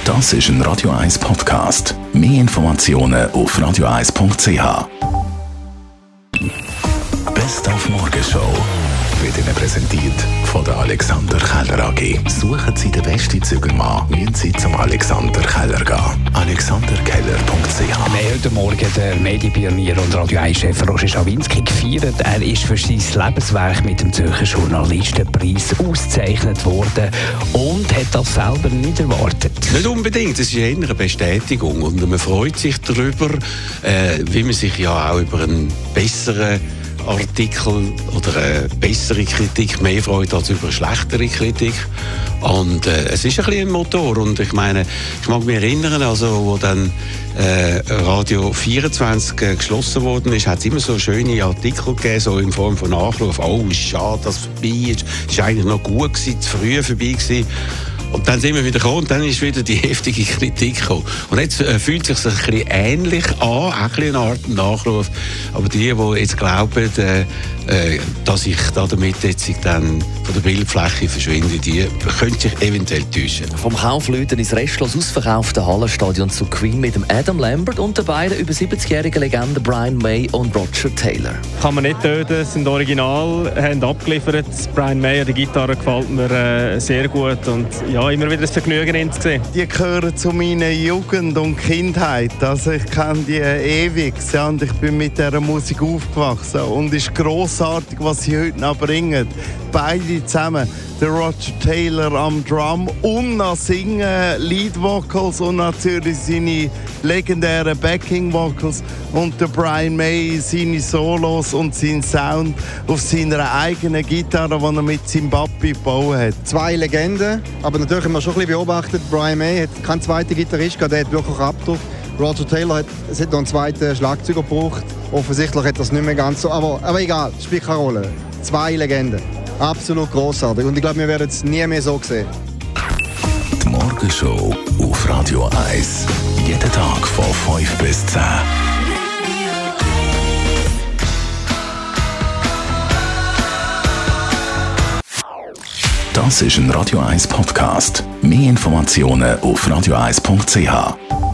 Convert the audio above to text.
Das ist ein Radio 1 Podcast. Mehr Informationen auf radio1.ch. Best auf Morgenshow wird Ihnen präsentiert von der Alexander Keller AG. Suchen Sie den besten Zügelmann, müssen Sie zum Alexander Keller gehen. alexanderkeller.ch. Wir haben heute Morgen den Medienpionier und Radio 1-Chef Roger Schawinski gefeiert. Er ist für sein Lebenswerk mit dem Zürcher Journalistenpreis ausgezeichnet worden und hat das selber nicht erwartet. Nicht unbedingt, es ist eher eine Bestätigung und man freut sich darüber, wie man sich ja auch über einen besseren Artikel oder eine bessere Kritik mehr freut als über eine schlechtere Kritik. Und es ist ein bisschen ein Motor. Und ich meine, ich mag mich erinnern, also wo dann Radio 24 geschlossen worden ist, hat es immer so schöne Artikel gegeben, so in Form von Nachruf. Oh, ist schade, dass es vorbei ist. Es war eigentlich noch gut gewesen, zu früh vorbei gewesen. Und dann sind wir wieder gekommen und dann ist wieder die heftige Kritik gekommen. Und jetzt fühlt es sich ein bisschen ähnlich an, auch ein bisschen eine Art Nachruf. Aber die jetzt glauben, dass ich damit jetzt dann von der Bildfläche verschwinde, die können sich eventuell täuschen. Vom Kaufleuten ins restlos ausverkaufte Hallenstadion zu Queen mit dem Adam Lambert und den beiden über 70-jährigen Legenden Brian May und Roger Taylor. Kann man nicht töten, sind original, haben abgeliefert. Brian May, die Gitarre gefällt mir sehr gut und ja, immer wieder ein Vergnügen, ihn zu sehen. Die gehören zu meiner Jugend und Kindheit. Also ich kenne die ewig, ja, und ich bin mit dieser Musik aufgewachsen und es ist grossartig, was sie heute noch bringen. Beide zusammen. Der Roger Taylor am Drum und am Singen, Lead Vocals und natürlich seine legendären Backing Vocals und der Brian May seine Solos und seinen Sound auf seiner eigenen Gitarre, die er mit seinem Papi gebaut hat. Zwei Legenden, aber natürlich haben wir schon ein bisschen beobachtet, Brian May hat keinen zweiten Gitarrist gehabt, der hat wirklich Abdruck. Roger Taylor hat noch einen zweiten Schlagzeuger gebraucht. Offensichtlich hat das nicht mehr ganz so, aber egal, spielt keine Rolle. Zwei Legenden. Absolut grossartig. Und ich glaube, wir werden es nie mehr so sehen. Die Morgenshow auf Radio 1. Jeden Tag von 5 bis 10. Das ist ein Radio 1 Podcast. Mehr Informationen auf radio1.ch.